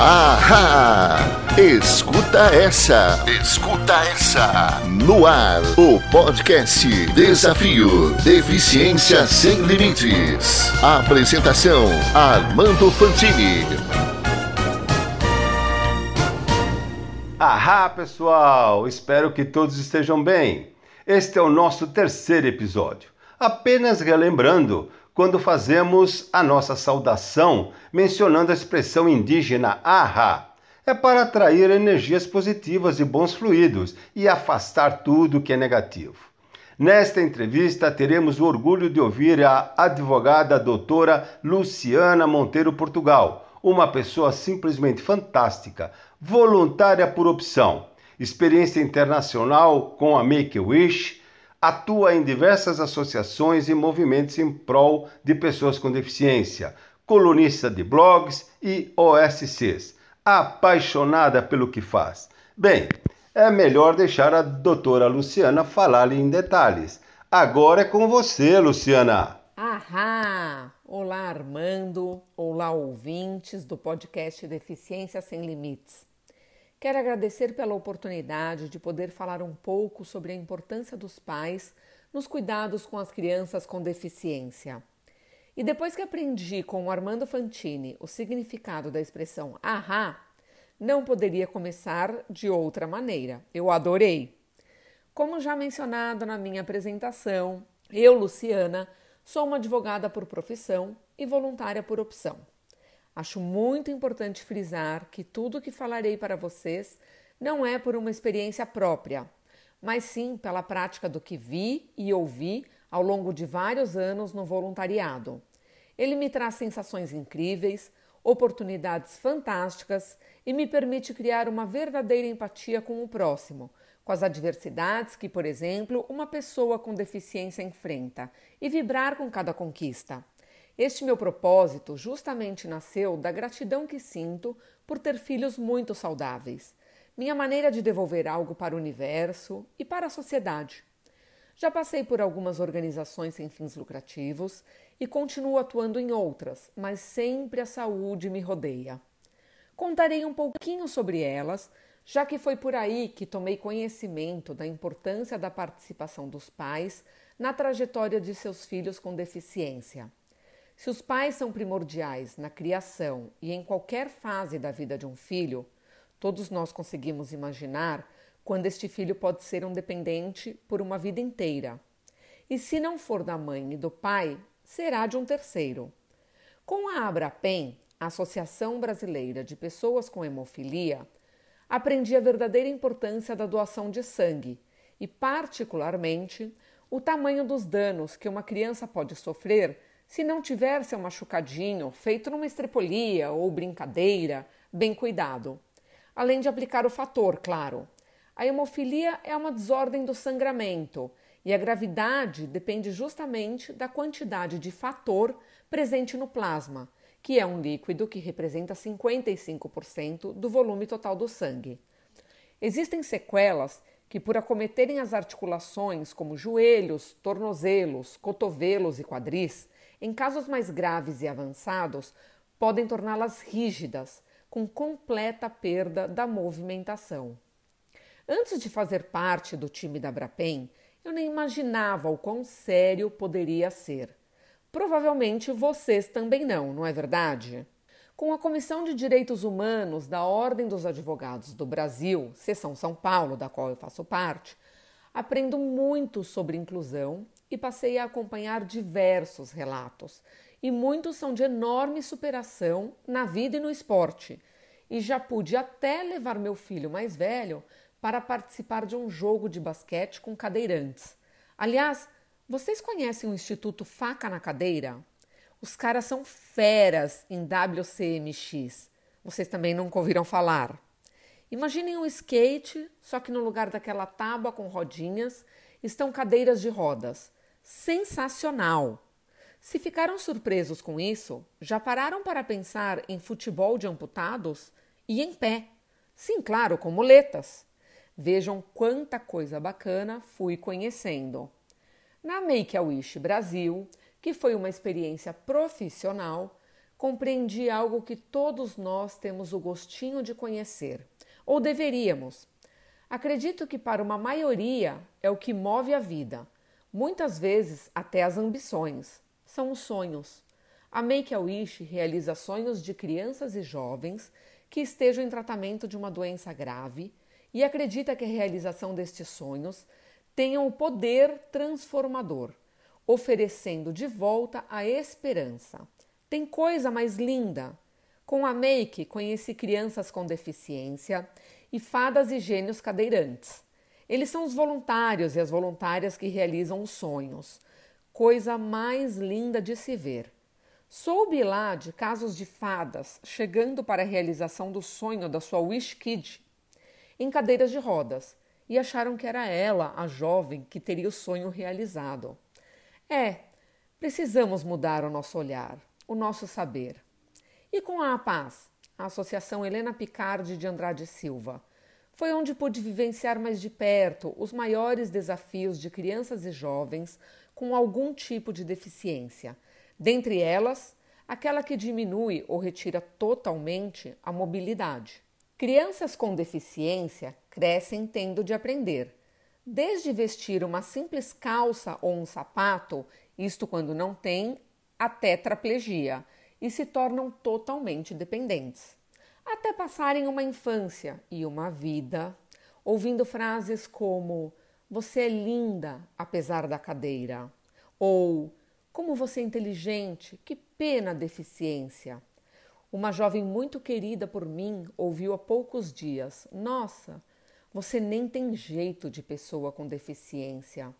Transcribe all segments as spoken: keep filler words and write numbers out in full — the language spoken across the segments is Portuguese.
Ahá! Escuta essa! Escuta essa! No ar, o podcast Desafio Deficiência Sem Limites. Apresentação: Armando Fantini. Ahá, pessoal! Espero que todos estejam bem. Este é o nosso terceiro episódio. Apenas relembrando, quando fazemos a nossa saudação mencionando a expressão indígena ahá, é para atrair energias positivas e bons fluidos e afastar tudo que é negativo. Nesta entrevista, teremos o orgulho de ouvir a advogada doutora Luciana Monteiro Portugal, uma pessoa simplesmente fantástica, voluntária por opção, experiência internacional com a Make-A-Wish, atua em diversas associações e movimentos em prol de pessoas com deficiência, colunista de blogs e O S Cs, apaixonada pelo que faz. Bem, é melhor deixar a doutora Luciana falar em detalhes. Agora é com você, Luciana. Ahá! Olá, Armando. Olá, ouvintes do podcast Deficiência Sem Limites. Quero agradecer pela oportunidade de poder falar um pouco sobre a importância dos pais nos cuidados com as crianças com deficiência. E depois que aprendi com o Armando Fantini o significado da expressão ahá, não poderia começar de outra maneira. Eu adorei! Como já mencionado na minha apresentação, eu, Luciana, sou uma advogada por profissão e voluntária por opção. Acho muito importante frisar que tudo o que falarei para vocês não é por uma experiência própria, mas sim pela prática do que vi e ouvi ao longo de vários anos no voluntariado. Ele me traz sensações incríveis, oportunidades fantásticas e me permite criar uma verdadeira empatia com o próximo, com as adversidades que, por exemplo, uma pessoa com deficiência enfrenta e vibrar com cada conquista. Este meu propósito justamente nasceu da gratidão que sinto por ter filhos muito saudáveis, minha maneira de devolver algo para o universo e para a sociedade. Já passei por algumas organizações sem fins lucrativos e continuo atuando em outras, mas sempre a saúde me rodeia. Contarei um pouquinho sobre elas, já que foi por aí que tomei conhecimento da importância da participação dos pais na trajetória de seus filhos com deficiência. Se os pais são primordiais na criação e em qualquer fase da vida de um filho, todos nós conseguimos imaginar quando este filho pode ser um dependente por uma vida inteira. E se não for da mãe e do pai, será de um terceiro. Com a Abrapem, a Associação Brasileira de Pessoas com Hemofilia, aprendi a verdadeira importância da doação de sangue e, particularmente, o tamanho dos danos que uma criança pode sofrer se não tiver seu machucadinho feito numa estrepolia ou brincadeira, bem cuidado. Além de aplicar o fator, claro. A hemofilia é uma desordem do sangramento e a gravidade depende justamente da quantidade de fator presente no plasma, que é um líquido que representa cinquenta e cinco por cento do volume total do sangue. Existem sequelas que, por acometerem as articulações como joelhos, tornozelos, cotovelos e quadris, em casos mais graves e avançados, podem torná-las rígidas, com completa perda da movimentação. Antes de fazer parte do time da Abrapem, eu nem imaginava o quão sério poderia ser. Provavelmente vocês também não, não é verdade? Com a Comissão de Direitos Humanos da Ordem dos Advogados do Brasil, Seção São Paulo, da qual eu faço parte, aprendo muito sobre inclusão e passei a acompanhar diversos relatos, e muitos são de enorme superação na vida e no esporte, e já pude até levar meu filho mais velho para participar de um jogo de basquete com cadeirantes. Aliás, vocês conhecem o Instituto Faca na Cadeira? Os caras são feras em W C M X. Vocês também nunca ouviram falar? Imaginem um skate, só que no lugar daquela tábua com rodinhas, estão cadeiras de rodas. Sensacional! Se ficaram surpresos com isso, já pararam para pensar em futebol de amputados? E em pé. Sim, claro, com muletas. Vejam quanta coisa bacana fui conhecendo. Na Make-A-Wish Brasil, que foi uma experiência profissional, compreendi algo que todos nós temos o gostinho de conhecer, ou deveríamos. Acredito que para uma maioria é o que move a vida, muitas vezes até as ambições, são os sonhos. A Make-A-Wish realiza sonhos de crianças e jovens que estejam em tratamento de uma doença grave e acredita que a realização destes sonhos tenha o poder transformador, oferecendo de volta a esperança. Tem coisa mais linda? Com a Make, conheci crianças com deficiência e fadas e gênios cadeirantes. Eles são os voluntários e as voluntárias que realizam os sonhos. Coisa mais linda de se ver. Soube lá de casos de fadas chegando para a realização do sonho da sua Wish Kid em cadeiras de rodas e acharam que era ela, a jovem, que teria o sonho realizado. É, precisamos mudar o nosso olhar, o nosso saber. E com a APAZ, a Associação Helena Picardi de Andrade Silva, foi onde pude vivenciar mais de perto os maiores desafios de crianças e jovens com algum tipo de deficiência, dentre elas, aquela que diminui ou retira totalmente a mobilidade. Crianças com deficiência crescem tendo de aprender, desde vestir uma simples calça ou um sapato, isto quando não tem, a tetraplegia, e se tornam totalmente dependentes. Até passarem uma infância e uma vida, ouvindo frases como "você é linda apesar da cadeira", ou "como você é inteligente, que pena a deficiência". Uma jovem muito querida por mim ouviu há poucos dias: "Nossa, você nem tem jeito de pessoa com deficiência".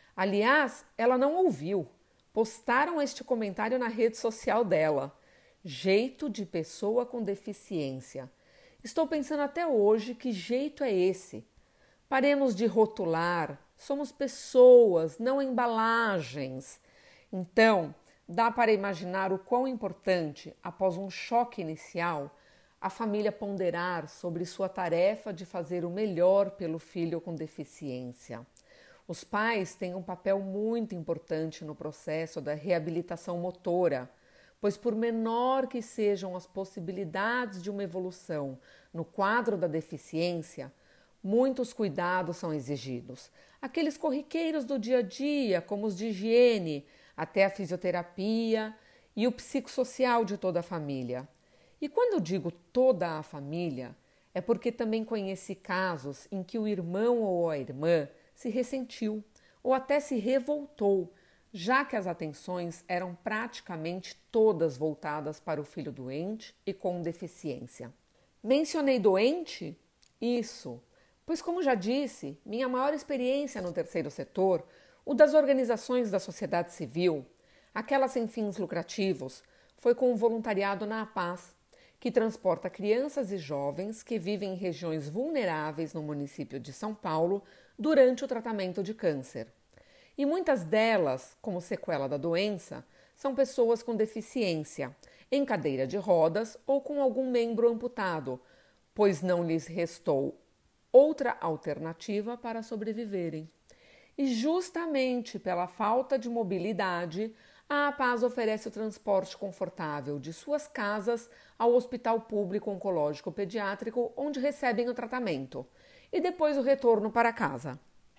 Aliás, ela não ouviu. Postaram este comentário na rede social dela. Jeito de pessoa com deficiência. Estou pensando até hoje que jeito é esse. Paremos de rotular. Somos pessoas, não embalagens. Então, dá para imaginar o quão importante, após um choque inicial, a família ponderar sobre sua tarefa de fazer o melhor pelo filho com deficiência. Os pais têm um papel muito importante no processo da reabilitação motora, pois por menor que sejam as possibilidades de uma evolução no quadro da deficiência, muitos cuidados são exigidos. Aqueles corriqueiros do dia a dia, como os de higiene, até a fisioterapia e o psicossocial de toda a família. E quando eu digo toda a família, é porque também conheci casos em que o irmão ou a irmã se ressentiu ou até se revoltou, já que as atenções eram praticamente todas voltadas para o filho doente e com deficiência. Mencionei doente? Isso, pois como já disse, minha maior experiência no terceiro setor, o das organizações da sociedade civil, aquelas sem fins lucrativos, foi com o voluntariado na APAZ, que transporta crianças e jovens que vivem em regiões vulneráveis no município de São Paulo durante o tratamento de câncer. E muitas delas, como sequela da doença, são pessoas com deficiência, em cadeira de rodas ou com algum membro amputado, pois não lhes restou outra alternativa para sobreviverem. E justamente pela falta de mobilidade, a APAZ oferece o transporte confortável de suas casas ao Hospital Público Oncológico Pediátrico, onde recebem o tratamento, e depois o retorno para casa.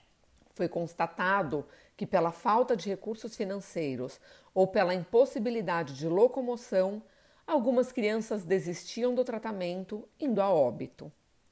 Foi constatado que, pela falta de recursos financeiros ou pela impossibilidade de locomoção, algumas crianças desistiam do tratamento, indo a óbito.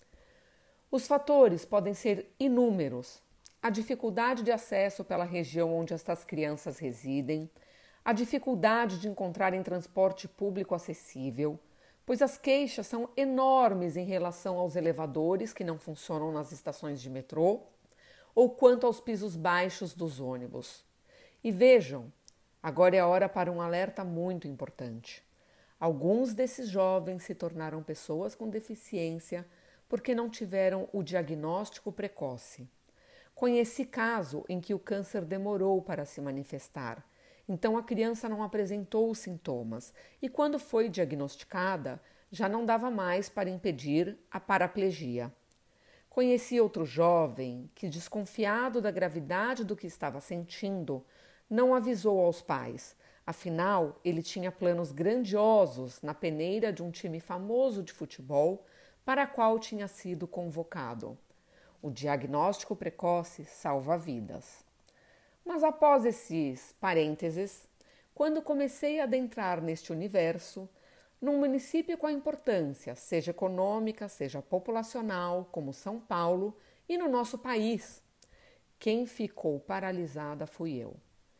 Os fatores podem ser inúmeros: a dificuldade de acesso pela região onde estas crianças residem, a dificuldade de encontrarem transporte público acessível, pois as queixas são enormes em relação aos elevadores que não funcionam nas estações de metrô, ou quanto aos pisos baixos dos ônibus. E vejam, agora é a hora para um alerta muito importante. Alguns desses jovens se tornaram pessoas com deficiência porque não tiveram o diagnóstico precoce. Conheci caso em que o câncer demorou para se manifestar, então a criança não apresentou os sintomas e, quando foi diagnosticada, já não dava mais para impedir a paraplegia. Conheci outro jovem que, desconfiado da gravidade do que estava sentindo, não avisou aos pais, Afinal, ele tinha planos grandiosos na peneira de um time famoso de futebol para a qual tinha sido convocado. O diagnóstico precoce salva vidas. Mas após esses parênteses, quando comecei a adentrar neste universo, num município com a importância, seja econômica, seja populacional, como São Paulo, e no nosso país, quem ficou paralisada fui eu.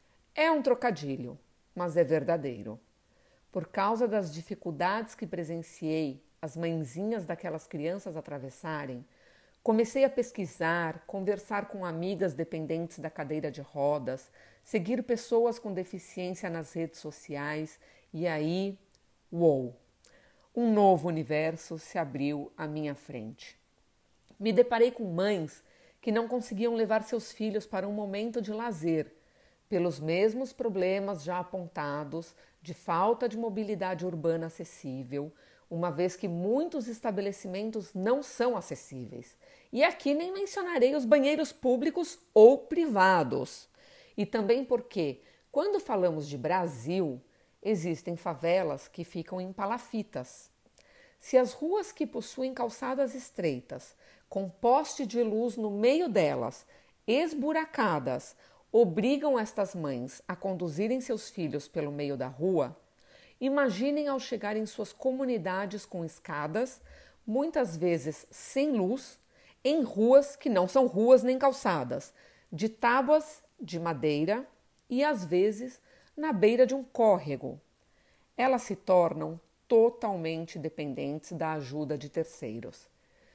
É um trocadilho, mas é verdadeiro. Por causa das dificuldades que presenciei as mãezinhas daquelas crianças atravessarem, comecei a pesquisar, conversar com amigas dependentes da cadeira de rodas, seguir pessoas com deficiência nas redes sociais e aí, uou, um novo universo se abriu à minha frente. Me deparei com mães que não conseguiam levar seus filhos para um momento de lazer, pelos mesmos problemas já apontados de falta de mobilidade urbana acessível, uma vez que muitos estabelecimentos não são acessíveis. E aqui nem mencionarei os banheiros públicos ou privados. E também porque, quando falamos de Brasil, existem favelas que ficam em palafitas. Se as ruas que possuem calçadas estreitas, com poste de luz no meio delas, esburacadas, obrigam estas mães a conduzirem seus filhos pelo meio da rua, imaginem ao chegar em suas comunidades com escadas, muitas vezes sem luz, em ruas que não são ruas nem calçadas, de tábuas de madeira e, às vezes, na beira de um córrego. Elas se tornam totalmente dependentes da ajuda de terceiros.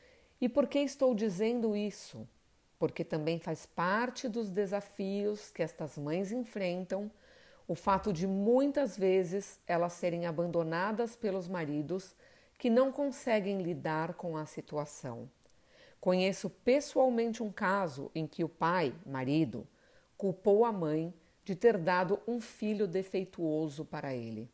E por que estou dizendo isso? Porque também faz parte dos desafios que estas mães enfrentam o fato de muitas vezes elas serem abandonadas pelos maridos que não conseguem lidar com a situação. Conheço pessoalmente um caso em que o pai, marido, culpou a mãe de ter dado um filho defeituoso para ele.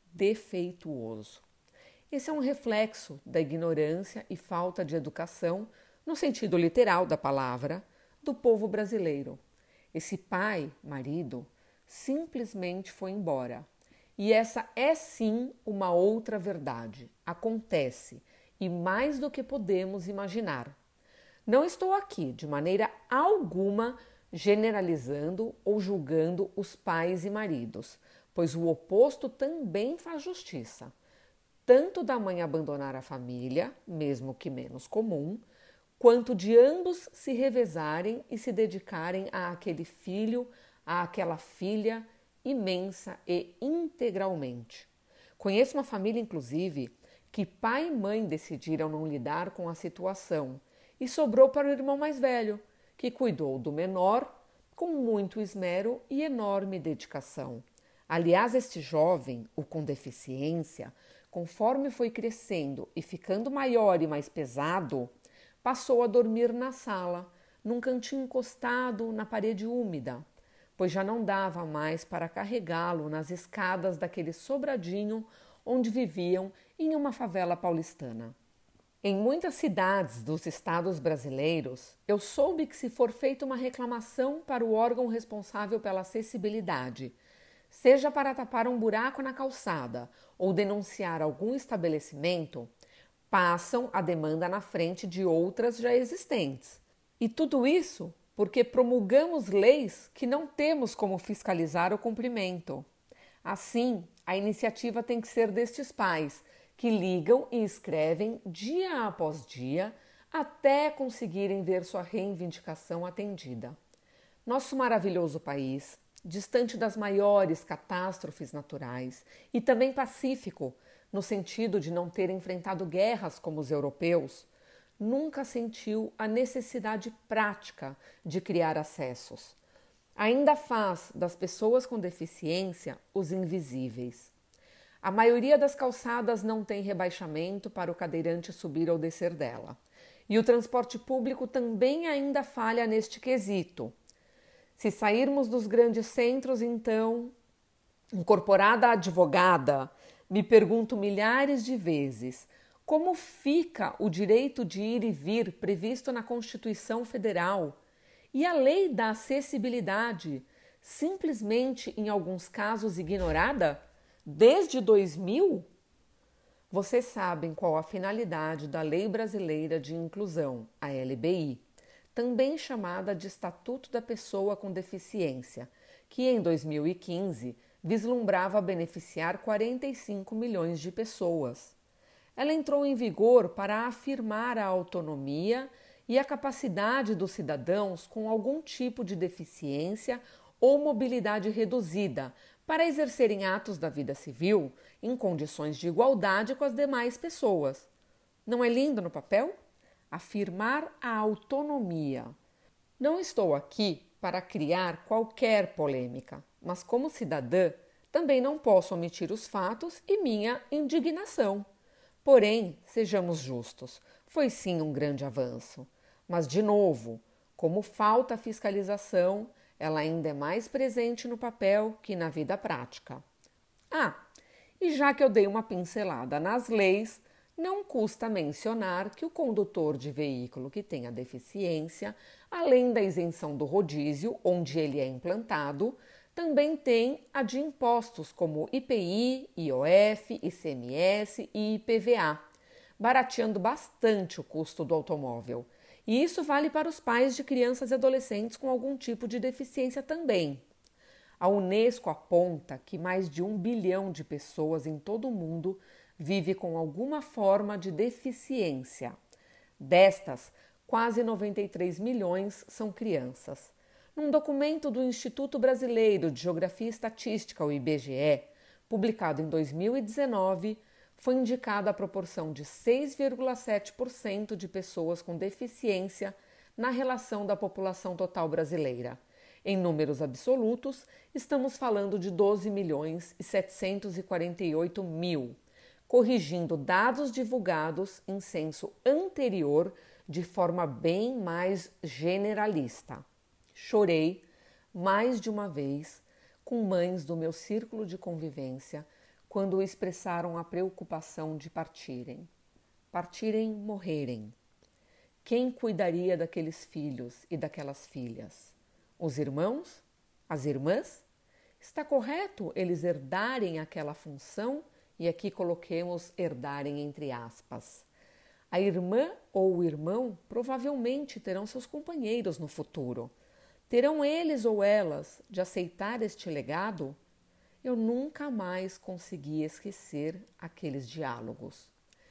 Defeituoso. Esse é um reflexo da ignorância e falta de educação, no sentido literal da palavra, do povo brasileiro. Esse pai, marido, simplesmente foi embora. E essa é sim uma outra verdade. Acontece, e mais do que podemos imaginar. Não estou aqui, de maneira alguma, generalizando ou julgando os pais e maridos, pois o oposto também faz justiça. Tanto da mãe abandonar a família, mesmo que menos comum, quanto de ambos se revezarem e se dedicarem a aquele filho, a aquela filha, imensa e integralmente. Conheço uma família, inclusive, que pai e mãe decidiram não lidar com a situação e sobrou para o irmão mais velho, que cuidou do menor com muito esmero e enorme dedicação. Aliás, este jovem, o com deficiência, conforme foi crescendo e ficando maior e mais pesado, passou a dormir na sala, num cantinho encostado na parede úmida, pois já não dava mais para carregá-lo nas escadas daquele sobradinho onde viviam em uma favela paulistana. Em muitas cidades dos estados brasileiros, eu soube que se for feita uma reclamação para o órgão responsável pela acessibilidade, seja para tapar um buraco na calçada ou denunciar algum estabelecimento, passam a demanda na frente de outras já existentes. E tudo isso porque promulgamos leis que não temos como fiscalizar o cumprimento. Assim, a iniciativa tem que ser destes pais, que ligam e escrevem dia após dia até conseguirem ver sua reivindicação atendida. Nosso maravilhoso país, distante das maiores catástrofes naturais e também pacífico, no sentido de não ter enfrentado guerras como os europeus, nunca sentiu a necessidade prática de criar acessos. Ainda faz das pessoas com deficiência os invisíveis. A maioria das calçadas não tem rebaixamento para o cadeirante subir ou descer dela. E o transporte público também ainda falha neste quesito. Se sairmos dos grandes centros, então, incorporada a advogada, me pergunto milhares de vezes como fica o direito de ir e vir previsto na Constituição Federal e a lei da acessibilidade, simplesmente em alguns casos ignorada desde dois mil? Vocês sabem qual a finalidade da Lei Brasileira de Inclusão, a L B I, também chamada de Estatuto da Pessoa com Deficiência, que em dois mil e quinze vislumbrava beneficiar quarenta e cinco milhões de pessoas. Ela entrou em vigor para afirmar a autonomia e a capacidade dos cidadãos com algum tipo de deficiência ou mobilidade reduzida para exercerem atos da vida civil em condições de igualdade com as demais pessoas. Não é lindo no papel? Afirmar a autonomia. Não estou aqui para criar qualquer polêmica, mas como cidadã também não posso omitir os fatos e minha indignação. Porém, sejamos justos, foi sim um grande avanço. Mas, de novo, como falta fiscalização, ela ainda é mais presente no papel que na vida prática. Ah, e já que eu dei uma pincelada nas leis, não custa mencionar que o condutor de veículo que tenha deficiência, além da isenção do rodízio, onde ele é implantado, também tem a de impostos como I P I, I O F, I C M S e I P V A, barateando bastante o custo do automóvel. E isso vale para os pais de crianças e adolescentes com algum tipo de deficiência também. A Unesco aponta que mais de um bilhão de pessoas em todo o mundo vive com alguma forma de deficiência. Destas, quase noventa e três milhões são crianças. Num documento do Instituto Brasileiro de Geografia e Estatística, o I B G E, publicado em dois mil e dezenove, foi indicada a proporção de seis vírgula sete por cento de pessoas com deficiência na relação da população total brasileira. Em números absolutos, estamos falando de doze milhões e setecentos e quarenta e oito mil, corrigindo dados divulgados em censo anterior de forma bem mais generalista. Chorei mais de uma vez com mães do meu círculo de convivência quando expressaram a preocupação de partirem. Partirem, morrerem. Quem cuidaria daqueles filhos e daquelas filhas? Os irmãos? As irmãs? Está correto eles herdarem aquela função? E aqui coloquemos herdarem entre aspas. A irmã ou o irmão provavelmente terão seus companheiros no futuro. Terão eles ou elas de aceitar este legado? Eu nunca mais consegui esquecer aqueles diálogos.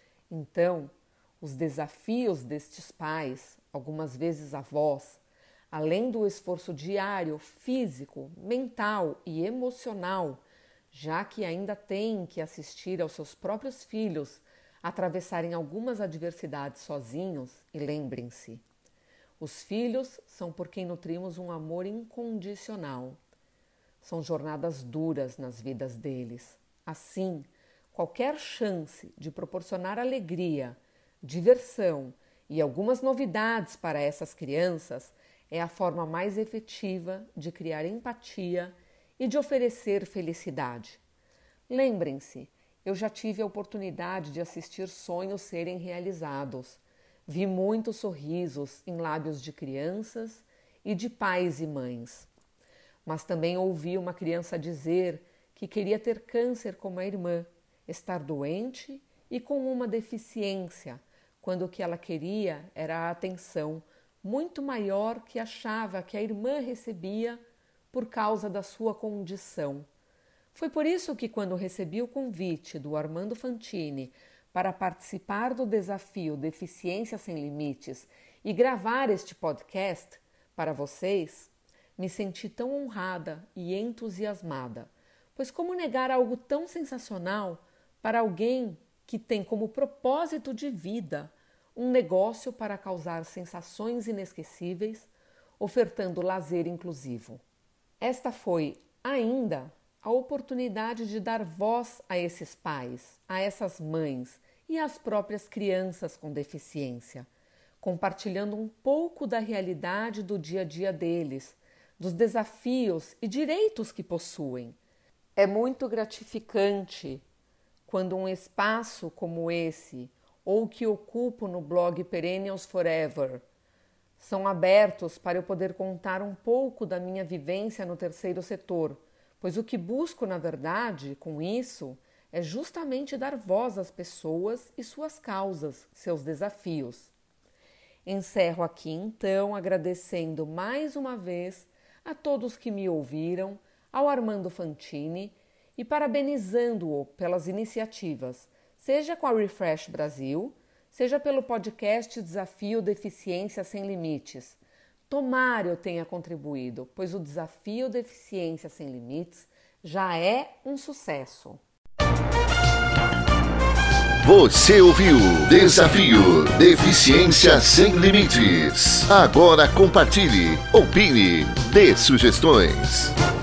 Então, os desafios destes pais, algumas vezes avós, além do esforço diário, físico, mental e emocional, já que ainda têm que assistir aos seus próprios filhos atravessarem algumas adversidades sozinhos, e lembrem-se, os filhos são por quem nutrimos um amor incondicional. São jornadas duras nas vidas deles. Assim, qualquer chance de proporcionar alegria, diversão e algumas novidades para essas crianças é a forma mais efetiva de criar empatia e de oferecer felicidade. Lembrem-se, eu já tive a oportunidade de assistir sonhos serem realizados. Vi muitos sorrisos em lábios de crianças e de pais e mães. Mas também ouvi uma criança dizer que queria ter câncer como a irmã, estar doente e com uma deficiência, quando o que ela queria era a atenção muito maior que achava que a irmã recebia por causa da sua condição. Foi por isso que, quando recebi o convite do Armando Fantini para participar do desafio Deficiência Sem Limites e gravar este podcast para vocês, me senti tão honrada e entusiasmada, pois como negar algo tão sensacional para alguém que tem como propósito de vida um negócio para causar sensações inesquecíveis, ofertando lazer inclusivo. Esta foi, ainda, a oportunidade de dar voz a esses pais, a essas mães e às próprias crianças com deficiência, compartilhando um pouco da realidade do dia a dia deles, dos desafios e direitos que possuem. É muito gratificante quando um espaço como esse, ou que ocupo no blog Perennials Forever, São abertos para eu poder contar um pouco da minha vivência no terceiro setor, pois o que busco, na verdade, com isso, é justamente dar voz às pessoas e suas causas, seus desafios. Encerro aqui, então, agradecendo mais uma vez a todos que me ouviram, ao Armando Fantini e parabenizando-o pelas iniciativas, seja com a Refresh Brasil, seja pelo podcast Desafio Deficiência Sem Limites. Tomara eu tenha contribuído, pois o Desafio Deficiência Sem Limites já é um sucesso. Você ouviu Desafio Deficiência Sem Limites. Agora compartilhe, opine, dê sugestões.